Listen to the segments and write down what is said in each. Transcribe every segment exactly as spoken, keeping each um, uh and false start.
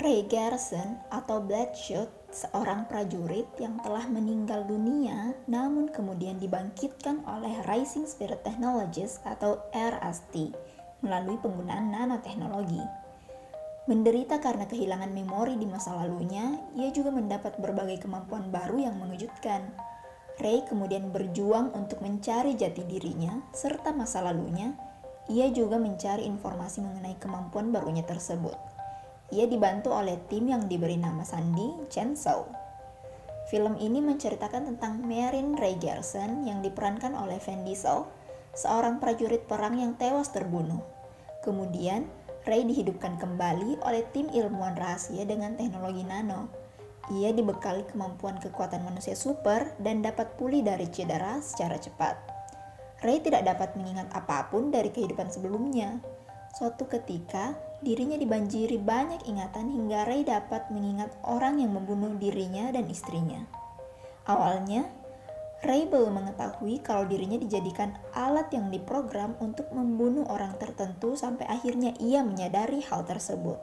Ray Garrison atau Bloodshot, seorang prajurit yang telah meninggal dunia namun kemudian dibangkitkan oleh Rising Spirit Technologies atau R S T melalui penggunaan nanoteknologi. Menderita karena kehilangan memori di masa lalunya, ia juga mendapat berbagai kemampuan baru yang mengejutkan. Ray kemudian berjuang untuk mencari jati dirinya serta masa lalunya. Ia juga mencari informasi mengenai kemampuan barunya tersebut. Ia dibantu oleh tim yang diberi nama Sandy Chainsaw. Film ini menceritakan tentang Marine Ray Garrison yang diperankan oleh Vin Diesel, seorang prajurit perang yang tewas terbunuh. Kemudian, Ray dihidupkan kembali oleh tim ilmuwan rahasia dengan teknologi nano. Ia dibekali kemampuan kekuatan manusia super dan dapat pulih dari cedera secara cepat. Ray tidak dapat mengingat apapun dari kehidupan sebelumnya. Suatu ketika, dirinya dibanjiri banyak ingatan hingga Ray dapat mengingat orang yang membunuh dirinya dan istrinya. Awalnya, Ray belum mengetahui kalau dirinya dijadikan alat yang diprogram untuk membunuh orang tertentu sampai akhirnya ia menyadari hal tersebut.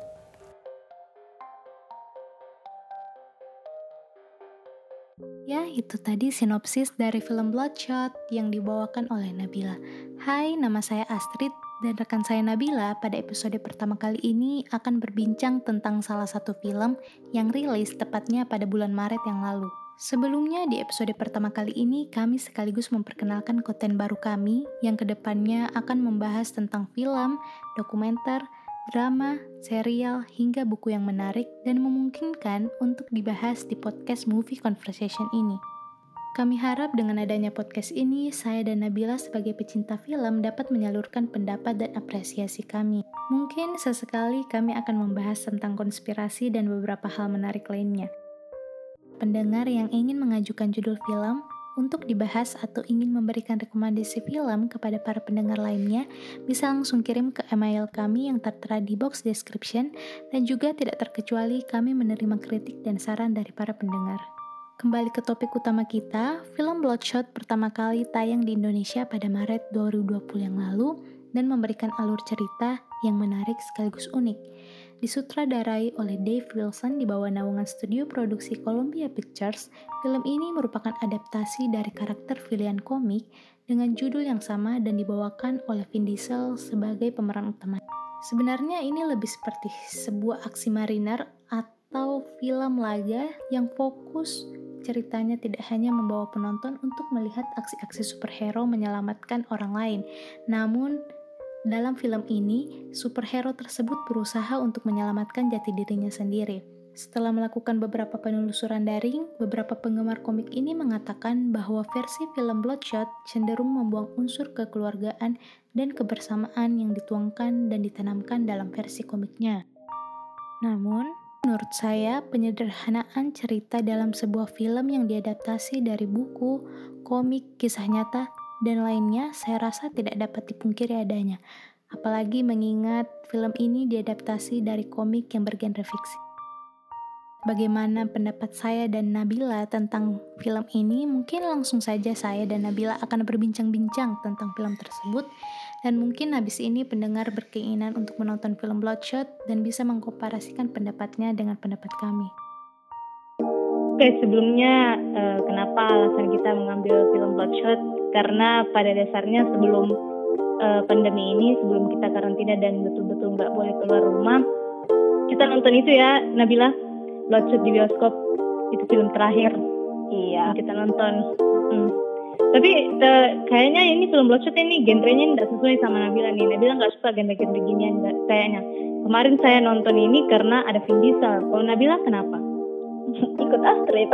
Ya, itu tadi sinopsis dari film Bloodshot yang dibawakan oleh Nabila. Hai, nama saya Astrid dan rekan saya Nabila pada episode pertama kali ini akan berbincang tentang salah satu film yang rilis tepatnya pada bulan Maret yang lalu. Sebelumnya di episode pertama kali ini kami sekaligus memperkenalkan konten baru kami yang kedepannya akan membahas tentang film, dokumenter, drama, serial, hingga buku yang menarik dan memungkinkan untuk dibahas di podcast Movie Conversation ini. Kami harap dengan adanya podcast ini, saya dan Nabila sebagai pecinta film dapat menyalurkan pendapat dan apresiasi kami. Mungkin sesekali kami akan membahas tentang konspirasi dan beberapa hal menarik lainnya. Pendengar yang ingin mengajukan judul film untuk dibahas atau ingin memberikan rekomendasi film kepada para pendengar lainnya, bisa langsung kirim ke email kami yang tertera di box description, dan juga tidak terkecuali kami menerima kritik dan saran dari para pendengar. Kembali ke topik utama kita, film Bloodshot pertama kali tayang di Indonesia pada Maret dua ribu dua puluh yang lalu dan memberikan alur cerita yang menarik sekaligus unik. Disutradarai oleh Dave Wilson di bawah naungan studio produksi Columbia Pictures, film ini merupakan adaptasi dari karakter pilihan komik dengan judul yang sama dan dibawakan oleh Vin Diesel sebagai pemeran utama. Sebenarnya ini lebih seperti sebuah aksi mariner atau film laga yang fokus ceritanya tidak hanya membawa penonton untuk melihat aksi-aksi superhero menyelamatkan orang lain, namun dalam film ini, superhero tersebut berusaha untuk menyelamatkan jati dirinya sendiri. Setelah melakukan beberapa penelusuran daring, beberapa penggemar komik ini mengatakan bahwa versi film Bloodshot cenderung membuang unsur kekeluargaan dan kebersamaan yang dituangkan dan ditanamkan dalam versi komiknya. Namun, menurut saya, penyederhanaan cerita dalam sebuah film yang diadaptasi dari buku, komik, kisah nyata, dan lainnya saya rasa tidak dapat dipungkiri adanya. Apalagi mengingat film ini diadaptasi dari komik yang bergenre fiksi. Bagaimana pendapat saya dan Nabila tentang film ini? Mungkin langsung saja saya dan Nabila akan berbincang-bincang tentang film tersebut. Dan mungkin habis ini pendengar berkeinginan untuk menonton film Bloodshot dan bisa mengkomparasikan pendapatnya dengan pendapat kami. Oke, sebelumnya uh, kenapa alasan kita mengambil film Bloodshot? Karena pada dasarnya sebelum uh, pandemi ini, sebelum kita karantina dan betul-betul nggak boleh keluar rumah, kita nonton itu ya, Nabila, Bloodshot di bioskop. Itu film terakhir. Iya. Kita nonton. Hmm. Tapi uh, kayaknya ini film Bloodshot ini genrenya nggak sesuai sama Nabila nih. Nabila nggak suka genre-genre ginian kayaknya. Kemarin saya nonton ini karena ada Vin Diesel. Kalau Nabila kenapa? Ikut Astrid.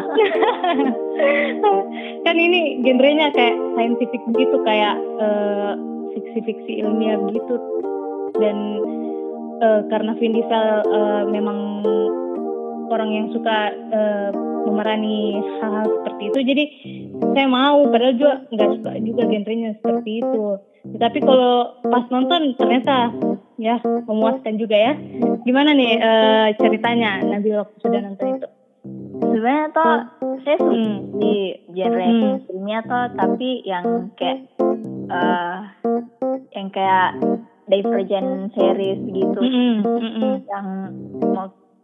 Kan ini genrenya kayak scientific gitu, kayak uh, fiksi-fiksi ilmiah gitu. Dan uh, karena Vin Diesel uh, memang orang yang suka uh, memerani hal-hal seperti itu, jadi saya mau, padahal juga nggak suka juga genrenya seperti itu. Tapi kalau pas nonton ternyata ya memuaskan juga ya. Gimana nih uh, ceritanya Nabila waktu sudah nonton itu? Sebenarnya toh saya suka Hmm. di genre Hmm. filmnya toh, tapi yang kayak uh, yang kayak Divergent series gitu, Mm-mm. Mm-mm. yang mau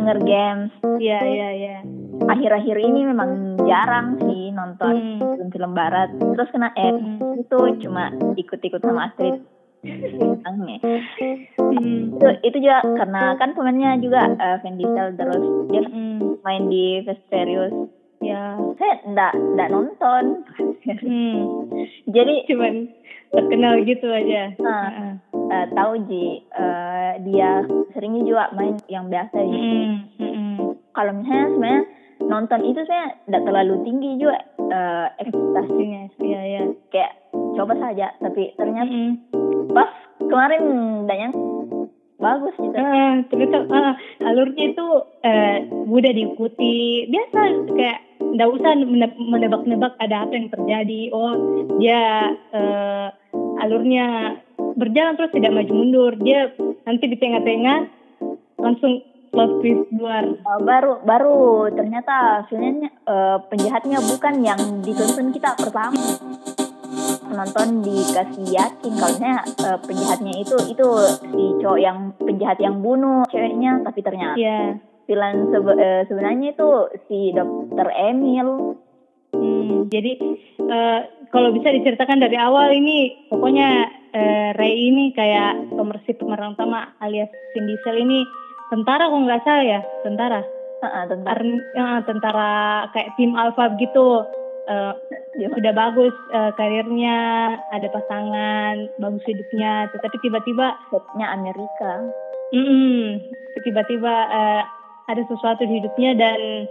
Hunger Games. Iya, iya, iya. Akhir-akhir ini memang jarang sih nonton Hmm. film-film barat. Terus kena eh Hmm. itu cuma ikut-ikut sama Astrid. Senangnya. Hmm. itu itu juga karena kan pemainnya juga uh, Vin Diesel, terus dia Hmm. main di Fast Furious. Ya. Saya ndak ndak nonton. Hmm. Jadi Cuman terkenal gitu aja. uh, Heeh. uh, tahu Ji, uh, dia seringnya juga main yang biasa Ji. Hmm. Hmm. Kalau misalnya sebenarnya nonton itu saya ndak terlalu tinggi juga uh, ekspektasinya. Iya, iya. Kayak coba saja, tapi ternyata Hmm. pas kemarin danyang bagus gitu. Ah, ternyata ah, alurnya itu eh, mudah diikuti. Biasa kayak nggak usah mene- menebak-nebak ada apa yang terjadi. Oh, dia eh, alurnya berjalan terus tidak maju mundur. Dia nanti di tengah-tengah langsung plot twist luar. Uh, baru baru ternyata filmnya uh, penjahatnya bukan yang ditonton kita pertama. Penonton dikasih yakin kalau misalnya uh, penjahatnya itu itu si cowok yang penjahat yang bunuh ceweknya, tapi ternyata Iya. villain sebe- uh, sebenarnya itu si dokter Emil. Hmm, jadi eh, kalau bisa diceritakan dari awal ini, pokoknya eh, Ray ini kayak pemersih pemeran utama alias Vin Diesel ini tentara kok nggak salah ya, tentara. Uh, tentang Army, ya, tentara kayak tim Alpha gitu. Eh, sudah bagus eh, karirnya, ada pasangan, bagus hidupnya, tetapi tiba-tiba setnya Amerika. mm, tiba-tiba eh, ada sesuatu di hidupnya dan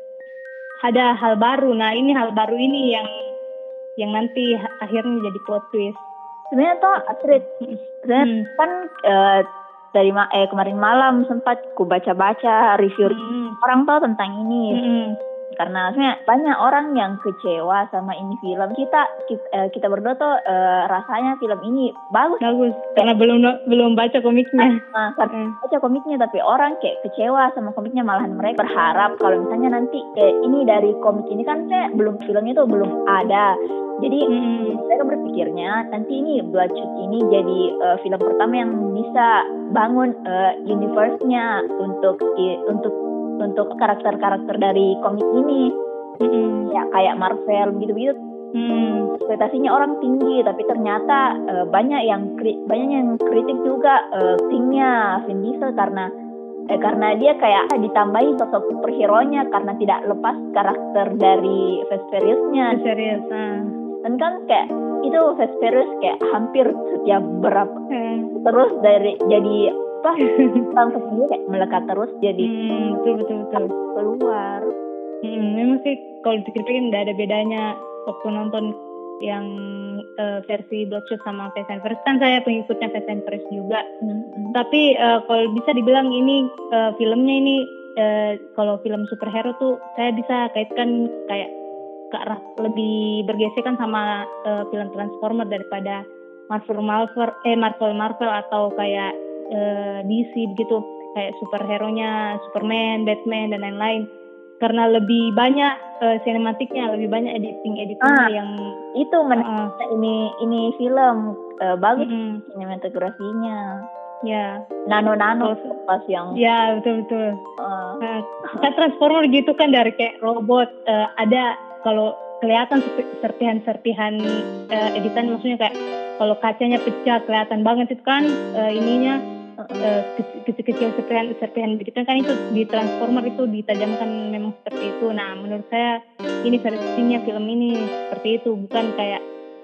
ada hal baru. Nah, ini hal baru ini yang yang nanti akhirnya jadi plot twist. Sebenarnya toh Astrid, sebenarnya Hmm. kan uh, dari ma- eh kemarin malam sempat ku baca-baca review Hmm. orang tahu tentang ini. Hmm. Karena sebenarnya banyak orang yang kecewa sama ini film. Kita kita, uh, kita berdua tuh uh, rasanya film ini bagus. Bagus karena belum belum baca komiknya. Nah, karena baca komiknya, tapi orang kayak kecewa sama komiknya, malahan mereka berharap kalau misalnya nanti kayak ini dari komik ini kan saya belum filmnya tuh belum ada. Jadi Hmm. mereka berpikirnya nanti ini Bloodshot ini jadi uh, film pertama yang bisa bangun uh, universe-nya untuk i- untuk untuk karakter-karakter dari komik ini. Hmm. Ya kayak Marvel gitu-gitu. Hmm. Ekspektasinya orang tinggi, tapi ternyata uh, banyak yang kri- banyak yang kritik juga uh, tingnya Vin Diesel karena eh, karena dia kayak ditambahi sosok superhero-nya karena tidak lepas karakter dari Fast Furious-nya. Serius. Ah. Dan kan kayak itu Fast Furious kayak hampir setiap berapa Hmm. terus dari jadi apa langsung dia kayak melekat terus jadi Hmm, betul betul betul. keluar. Hmm, memang sih kalau dipikir-pikir nggak ada bedanya waktu nonton yang eh, versi Bloodshot sama Fast and Furious. Kan saya pengikutnya Fast and Furious juga. Hmm. Tapi eh, kalau bisa dibilang ini eh, filmnya ini eh, kalau film superhero tuh saya bisa kaitkan kayak ke arah lebih bergesekan sama eh, film Transformer daripada Marvel Marvel eh Marvel Marvel atau kayak eh, D C begitu, kayak superhero-nya Superman, Batman dan lain-lain. Karena lebih banyak eh, sinematiknya, lebih banyak editing-editingnya Ah. yang Itu men- uh, ini ini film uh, bagus mm-mm. sinematografinya. Ya, Nano-nano Terus- pas yang ya betul betul. uh, Nah, kan Transformer gitu kan dari kayak robot eh, ada kalau kelihatan serpi- serpihan-serpihan eh, editan, maksudnya kayak kalau kacanya pecah kelihatan banget itu kan eh, ininya eh, kecil- kecil-kecil serpihan serpihan begitu kan, itu di Transformer itu ditajamkan memang seperti itu. Nah, menurut saya ini versinya film ini seperti itu, bukan kayak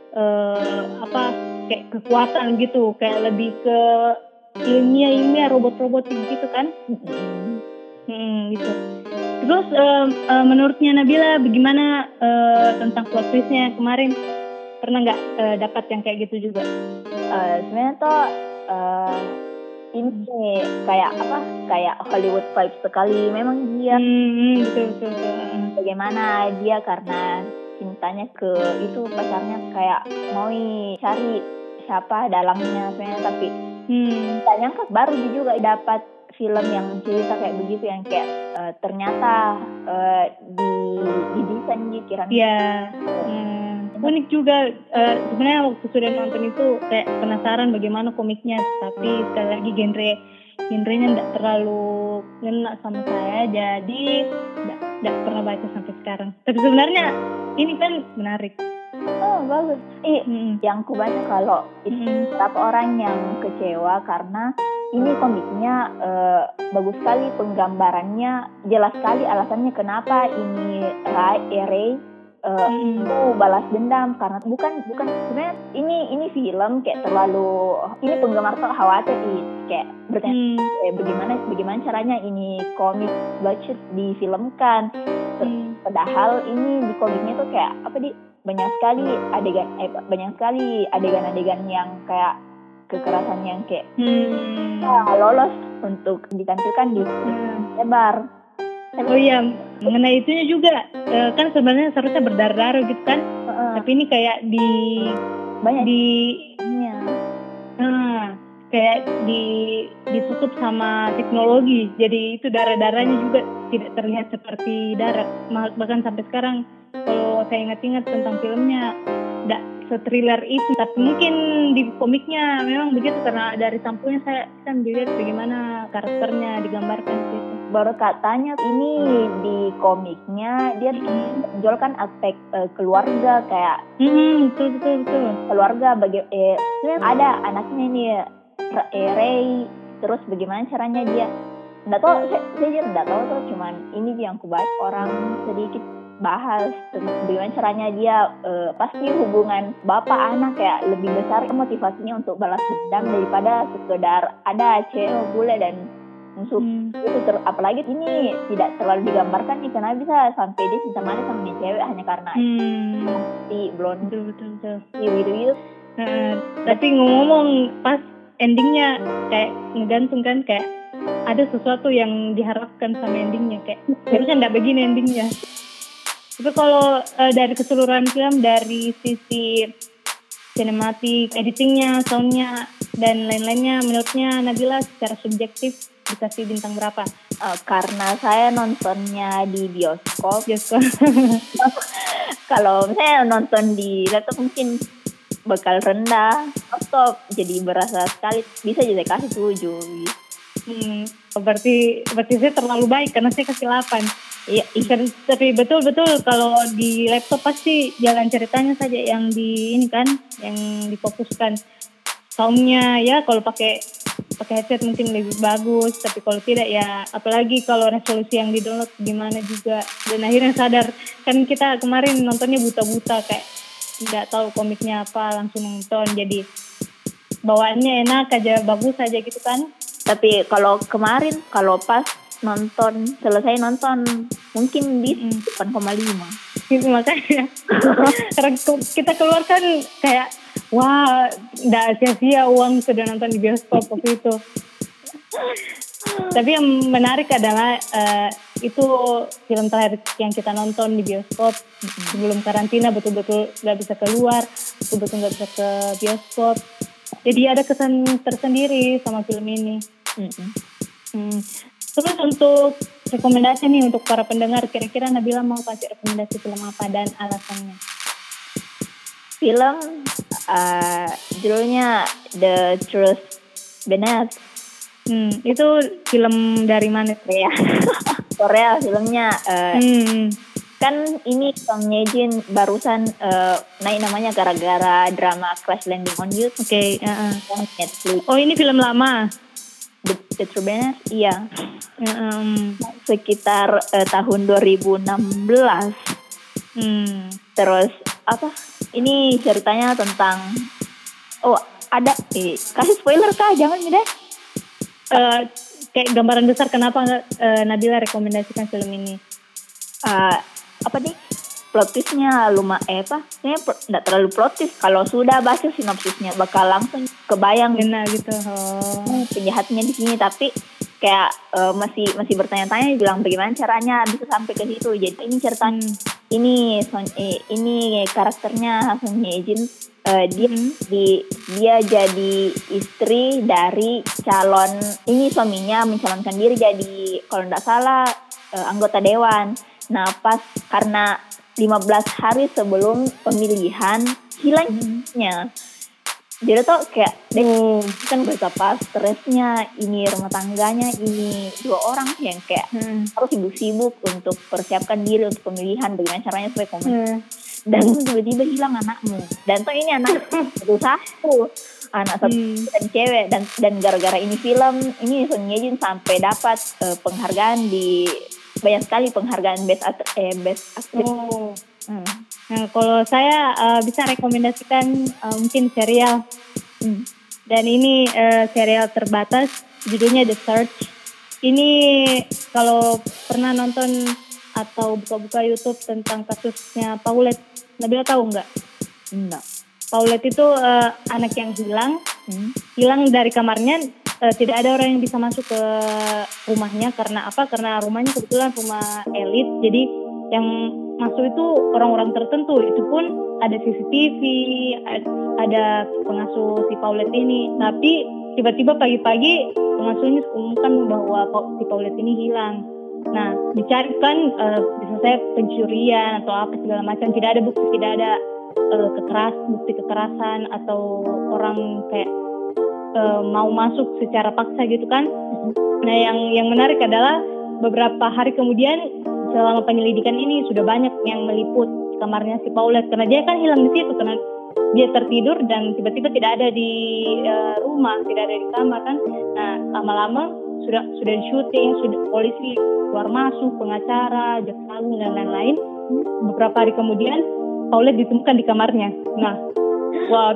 eh, apa kayak kekuatan gitu, kayak lebih ke ilmiah-ilmiah robot-robot gitu kan. Hmm, gitu. Terus eh, eh, menurutnya Nabila bagaimana eh, tentang plot twistnya kemarin? Pernah nggak eh, dapat yang kayak gitu juga? uh, sebenarnya tuh uh, ini kayak apa kayak Hollywood vibes sekali. Memang dia Hmm, hmm, betul betul. betul. bagaimana dia karena cintanya ke itu pacarnya kayak mau cari siapa dalangnya sebenarnya, tapi Hmm, tak nyangka baru dia juga dapat film yang cerita kayak begitu yang kayak uh, ternyata uh, di didesain dikira ya. Hmm, unik juga. Eh, sebenarnya waktu sudah nonton itu kayak penasaran bagaimana komiknya, tapi sekali lagi genre genrenya nggak terlalu ngena sama saya, jadi nggak nggak pernah baca sampai sekarang. Tapi sebenarnya ini kan menarik. Oh bagus. Eh, Mm-mm. yang ku baca kalau Mm-mm. beberapa orang yang kecewa karena ini komiknya eh, bagus sekali, penggambarannya jelas sekali alasannya kenapa ini Ray, eh, Ray eh, Mm-mm. itu balas dendam karena bukan bukan sebenarnya ini ini film kayak terlalu ini penggemar tuh khawatir ih, kayak bertanya Mm. eh, bagaimana bagaimana caranya ini komik Bloodshot difilmkan. Mm. Padahal ini di komiknya tuh kayak apa di banyak sekali adegan eh, banyak sekali adegan-adegan yang kayak kekerasan yang kayak Hmm. ah, lolos untuk ditampilkan di Hmm. lebar. Oh iya, mengenai itunya juga eh, kan sebenarnya seharusnya berdarah-darah gitu kan, Heeh, tapi ini kayak di banyak di nya. ah, kayak di ditutup sama teknologi, jadi itu darah-darahnya juga tidak terlihat seperti darah. Mah- bahkan sampai sekarang kalau saya ingat-ingat tentang filmnya tidak se-thriller itu, tapi mungkin di komiknya memang begitu karena dari sampulnya saya bisa melihat bagaimana karakternya digambarkan gitu. Baru katanya ini di komiknya dia menonjolkan aspek eh, keluarga kayak Hmm, betul betul betul. keluarga bagi eh sebenarnya ada anaknya nih R- eh, Ray, terus bagaimana caranya dia nggak tahu saya, saya juga nggak tahu tuh, cuman ini yang aku baca orang sedikit bahas terus bagaimana caranya dia eh, pasti hubungan bapak anak kayak lebih besar motivasinya untuk balas dendam daripada sekedar ada cewek bule dan musuh. Hmm. Itu ter, apalagi ini tidak terlalu digambarkan nih karena bisa sampai dia cinta mati sama nih cewek hanya karena Hmm, si blonde betul betul betul. gitu gitu. Nah, tapi ngomong pas endingnya kayak ngegantung kan, kayak ada sesuatu yang diharapkan sama endingnya, kayak harusnya nggak begini endingnya. Tapi kalau eh, dari keseluruhan film, dari sisi sinematik, editingnya, soundnya, dan lain-lainnya, menurutnya Nabila secara subjektif dikasih bintang berapa? Uh, karena saya nontonnya di bioskop. Bioskop. Kalau misalnya nonton di laptop mungkin bakal rendah. Laptop jadi berasa sekali. Bisa juga kasih tujuh. Hmm, berarti berarti saya terlalu baik karena saya kasih delapan. Iya, Ter- tapi betul-betul kalau di laptop pasti jalan ceritanya saja yang di ini kan, yang difokuskan. Soundnya ya kalau pakai pakai headset mungkin lebih bagus, tapi kalau tidak ya apalagi kalau resolusi yang di download gimana juga. Dan akhirnya sadar kan kita kemarin nontonnya buta-buta kayak nggak tahu komiknya apa, langsung nonton jadi bawaannya enak aja, bagus aja gitu kan. tapi kalau kemarin kalau pas nonton selesai nonton mungkin di Mm-mm. delapan koma lima. Gitu makanya karena ke- kita keluarkan kayak wah nggak sia-sia uang sudah nonton di bioskop waktu itu. Tapi yang menarik adalah uh, itu film terakhir yang kita nonton di bioskop sebelum karantina, betul-betul nggak bisa keluar, betul-betul nggak bisa ke bioskop. Jadi ada kesan tersendiri sama film ini. Mm-mm. Hmm. Terus untuk rekomendasi nih untuk para pendengar, kira-kira Nabila mau kasih rekomendasi film apa dan alasannya? Film uh, judulnya The Truth Beneath. Hmm, itu film dari mana? Korea. Korea filmnya uh, Hmm. kan ini Song Ye Jin barusan uh, naik namanya gara-gara drama Crash Landing on You. Oke, okay, uh-uh. Netflix. Oh ini film lama. The, The True Beneath, iya. Um, Sekitar uh, tahun dua ribu enam belas. hmm. Terus apa? Ini ceritanya tentang oh ada eh kasih spoiler kah? Jangan nih deh. Uh, kayak gambaran besar kenapa uh, Nabila rekomendasikan film ini? Uh, apa nih? Plot twistnya lumayan eh apa? Kayaknya nggak terlalu plot twist. Kalau sudah baca sinopsisnya bakal langsung kebayang Gena gitu. Oh. penjahatnya di sini, tapi kayak uh, masih masih bertanya-tanya bilang bagaimana caranya bisa sampai ke situ. Jadi ini cerita Hmm. ini Son, eh, ini karakternya Song Ye Jin uh, dia Hmm. di dia jadi istri dari calon ini suaminya mencalonkan diri jadi kalau tidak salah uh, anggota dewan. Nah pas karena lima belas hari sebelum pemilihan hilangnya. Jadi tuh kayak deh, Oh. kan betapa stresnya ini rumah tangganya ini dua orang yang kayak Hmm. harus sibuk-sibuk untuk persiapkan diri untuk pemilihan bagaimana caranya supaya komen Hmm. dan tiba-tiba hilang anakmu dan tuh ini anak satu satu anak satu Hmm. dan cewek dan dan gara-gara ini film ini Son Ye Jin sampai dapat eh, penghargaan di banyak sekali penghargaan best act- eh best actress. Oh. Hmm. Nah, kalau saya uh, bisa rekomendasikan uh, mungkin serial. Hmm. Dan ini uh, serial terbatas, judulnya The Search. Ini kalau pernah nonton atau buka-buka YouTube tentang kasusnya Paulette, Nabila tahu nggak? Enggak. Paulette itu uh, anak yang hilang, Hmm. hilang dari kamarnya. Uh, tidak ada orang yang bisa masuk ke rumahnya karena apa? Karena rumahnya kebetulan rumah elit, jadi yang masuk itu orang-orang tertentu. Itu pun ada C C T V, ada pengasuh si Paulette ini. Tapi tiba-tiba pagi-pagi pengasuhnya umumkan bahwa si Paulette ini hilang. Nah, dicarikan uh, bisa saya pencurian atau apa segala macam. Tidak ada bukti, tidak ada uh, kekeras, bukti kekerasan atau orang kayak uh, mau masuk secara paksa gitu kan. Nah, yang yang menarik adalah beberapa hari kemudian selama penyelidikan ini sudah banyak yang meliput kamarnya si Paulette karena dia kan hilang di situ karena dia tertidur dan tiba-tiba tidak ada di uh, rumah, tidak ada di kamar kan. Nah, lama-lama sudah sudah di syuting, sudah polisi keluar masuk, pengacara, jaksa agung dan lain-lain. Beberapa hari kemudian Paulette ditemukan di kamarnya. Nah, wow.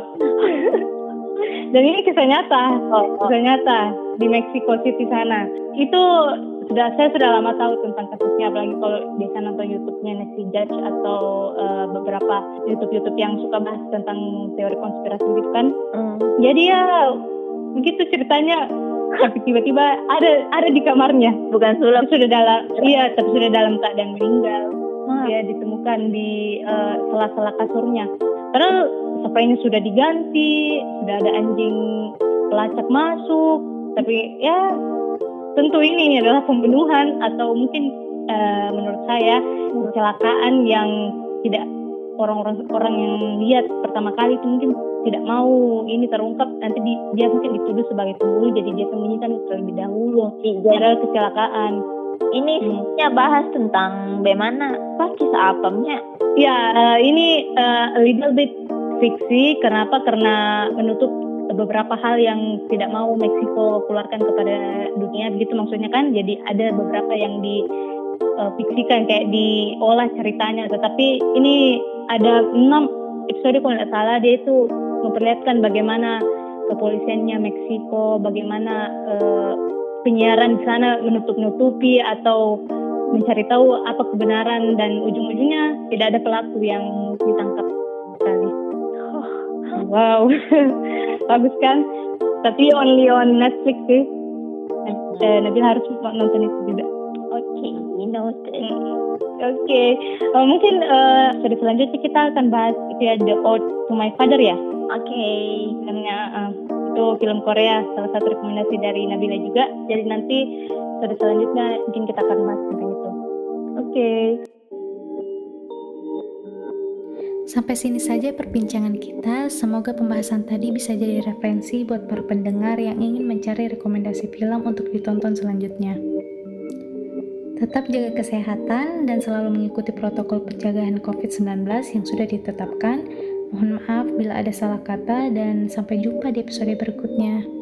Dan ini kisah nyata, kisah nyata di Mexico City sana. Itu sudah saya sudah lama tahu tentang kasusnya, apalagi kalau biasa nonton YouTube-nya Nancy Judge atau uh, beberapa YouTube-YouTube yang suka bahas tentang teori konspirasi gitu kan. Hmm. Jadi ya begitu ceritanya, tapi tiba-tiba ada ada di kamarnya. Bukan sulap. Sudah dalam, iya, tapi sudah dalam keadaan meninggal. Hmm. Dia ditemukan di uh, sela-sela kasurnya. Padahal spraynya sudah diganti, sudah ada anjing pelacak masuk, tapi ya tentu ini adalah pembunuhan atau mungkin uh, menurut saya kecelakaan yang tidak orang-orang orang yang lihat pertama kali itu mungkin tidak mau ini terungkap, nanti di, dia mungkin dituduh sebagai pembunuh, jadi dia sembunyikan terlebih dahulu. Itu adalah kecelakaan. Ini sebenarnya bahas tentang bagaimana apa kisah apamnya. Ya, uh, ini uh, a little bit fiksi. Kenapa? Karena menutup beberapa hal yang tidak mau Meksiko keluarkan kepada dunia, begitu maksudnya kan. Jadi ada beberapa yang difiksikan, uh, kayak diolah ceritanya. Tetapi ini ada enam episode kalau tidak salah, dia itu memperlihatkan bagaimana kepolisiannya Meksiko, bagaimana uh, penyiaran di sana menutup-nutupi atau mencari tahu apa kebenaran, dan ujung-ujungnya tidak ada pelaku yang ditangkap sekali. Oh, wow, bagus kan? Tapi only on Netflix sih. Eh, Nabila harus nonton itu juga. Oke, okay, noted. Oke, okay. uh, mungkin uh, episode selanjutnya kita akan bahas itu ya, The Ode to My Father ya. Oke, okay. Filmnya uh, itu film Korea, salah satu rekomendasi dari Nabila juga. Jadi nanti episode selanjutnya mungkin kita akan bahas tentang itu. Oke. Okay. Sampai sini saja perbincangan kita. Semoga pembahasan tadi bisa jadi referensi buat para pendengar yang ingin mencari rekomendasi film untuk ditonton selanjutnya. Tetap jaga kesehatan dan selalu mengikuti protokol pencegahan covid sembilan belas yang sudah ditetapkan. Mohon maaf bila ada salah kata dan sampai jumpa di episode berikutnya.